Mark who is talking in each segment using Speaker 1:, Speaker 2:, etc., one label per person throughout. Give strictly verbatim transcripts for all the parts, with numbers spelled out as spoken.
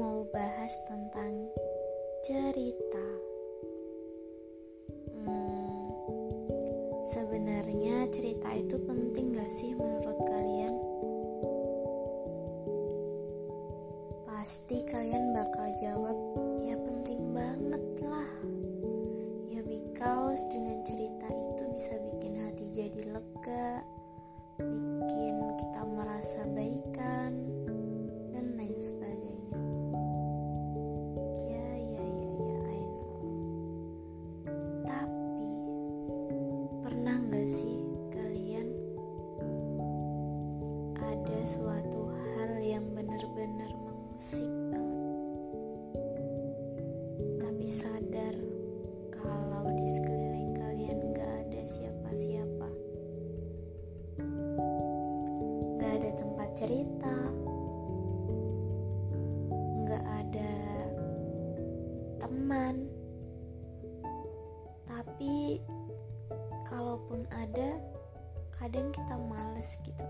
Speaker 1: mau bahas tentang cerita. Hmm, sebenarnya cerita itu penting gak sih menurut kalian? Pasti kalian bakal jawab, ya penting banget lah. Ya because dengan cerita itu bisa bikin hati jadi lega, bikin kita merasa baikan, dan lain sebagainya. Ya, ya, ya, ya, I know. Tapi, pernah gak sih kalian ada suatu hal yang benar-benar mengusik banget, tapi sadar kalau di sekeliling kalian gak ada siapa-siapa, gak ada tempat cerita, gak ada teman, tapi kalaupun ada, kadang kita males gitu.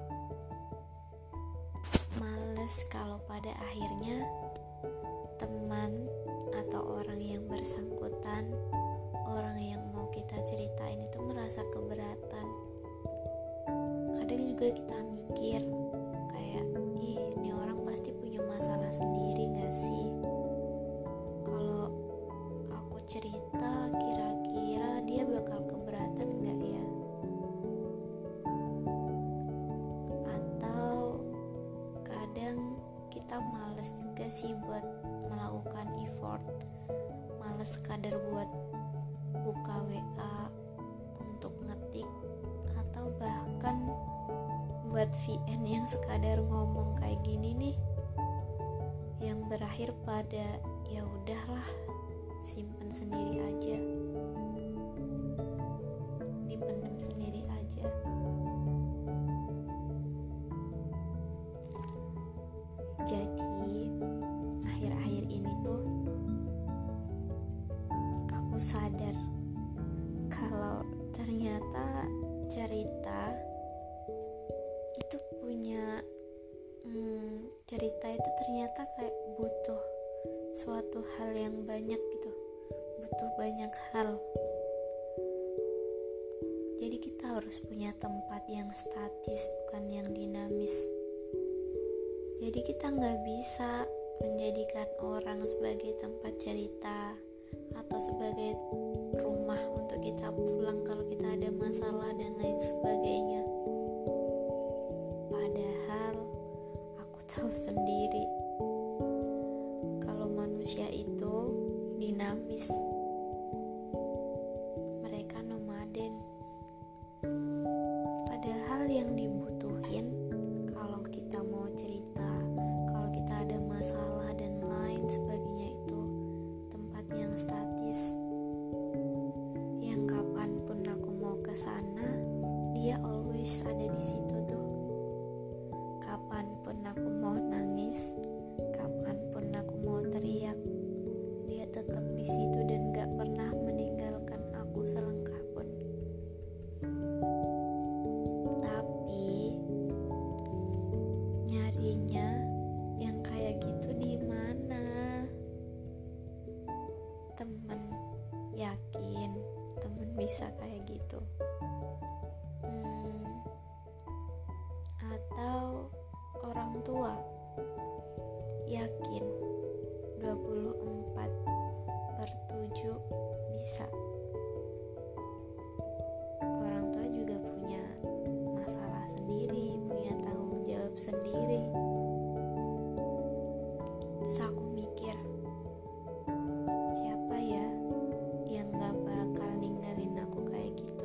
Speaker 1: Males kalau pada akhirnya teman atau orang yang bersangkutan, orang yang mau kita ceritain itu merasa keberatan. Kadang juga kita mikir kayak, ih ini orang pasti punya masalah sendiri gak sih? Kalau aku cerita kira-kira dia bakal keberatan gak ya? Atau kadang kita males juga sih buat melakukan effort, males sekadar buat buka W A untuk ngetik, atau bahkan buat V N yang sekadar ngomong kayak gini nih, yang berakhir pada ya udahlah, simpen sendiri aja, dipendam sendiri aja. Jadi akhir-akhir ini tuh aku sadar kalau ternyata cerita itu punya hmm, cerita itu ternyata kayak butuh suatu hal yang banyak gitu, butuh banyak hal. Jadi kita harus punya tempat yang statis, bukan yang dinamis. Jadi kita gak bisa menjadikan orang sebagai tempat cerita atau sebagai rumah untuk kita pulang kalau kita ada masalah dan lain sebagainya. Padahal aku tahu sendiri kalau manusia itu dinamis, mereka nomaden. Padahal yang dibutuhin kalau kita mau cerita, kalau kita ada masalah dan lain sebagainya, itu tempat yang statis, yang kapanpun aku mau ke sana, dia always ada di situ tuh. Kapanpun aku mau nangis, kapanpun aku mau teriak, dia tetap di situ dan gak pernah meninggalkan aku selangkah pun. Tapi nyarinya yang kayak gitu di mana? Temen, yakin temen bisa kayak gitu? Hmm, atau orang tua, yakin dua puluh empat per tujuh bisa? Orang tua juga punya masalah sendiri, punya tanggung jawab sendiri. Terus aku mikir, siapa ya yang gak bakal ninggalin aku kayak gitu?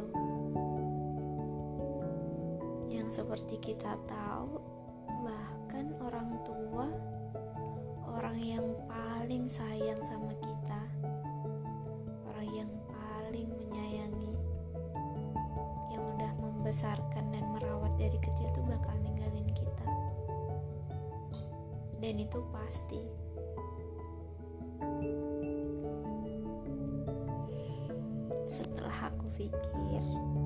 Speaker 1: Yang seperti kita tahu, bahkan orang tua, orang yang paling sayang sama kita, orang yang paling menyayangi, yang udah membesarkan dan merawat dari kecil tuh bakal ninggalin kita. Dan itu pasti. Setelah aku pikir,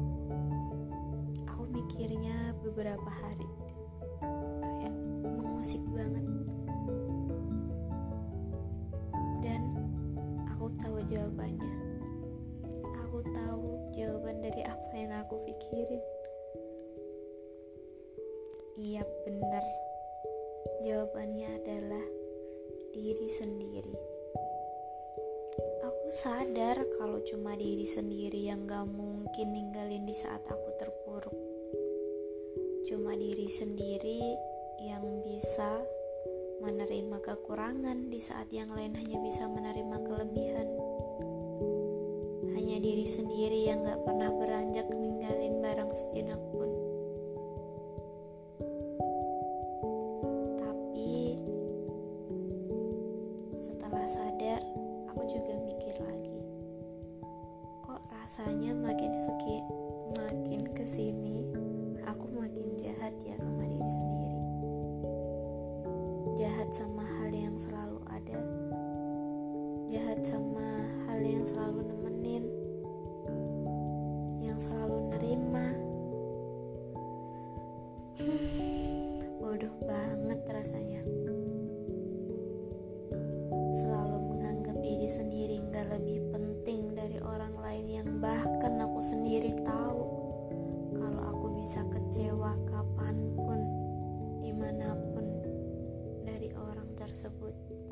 Speaker 1: aku mikirnya beberapa beberapa hari, kayak mengusik banget. jawabannya. Aku tahu jawaban dari apa yang aku pikirin. Iya benar, jawabannya adalah diri sendiri. Aku sadar kalau cuma diri sendiri yang gak mungkin ninggalin di saat aku terpuruk. Cuma diri sendiri yang bisa menerima kekurangan di saat yang lain hanya bisa menerima kelebihan. Hanya diri sendiri yang gak pernah beranjak ninggalin barang sejenak pun. Tapi setelah sadar, aku juga mikir lagi, kok rasanya makin seki, makin kesini aku makin jahat ya sama diri sendiri. Jahat sama hal yang selalu ada, jahat sama hal yang selalu nemenin, yang selalu nerima. Bodoh banget rasanya. Selalu menganggap diri sendiri gak lebih penting dari orang lain yang bahkan aku sendiri tahu kalau aku bisa kecewa kapanpun, dimanapun dari orang tersebut.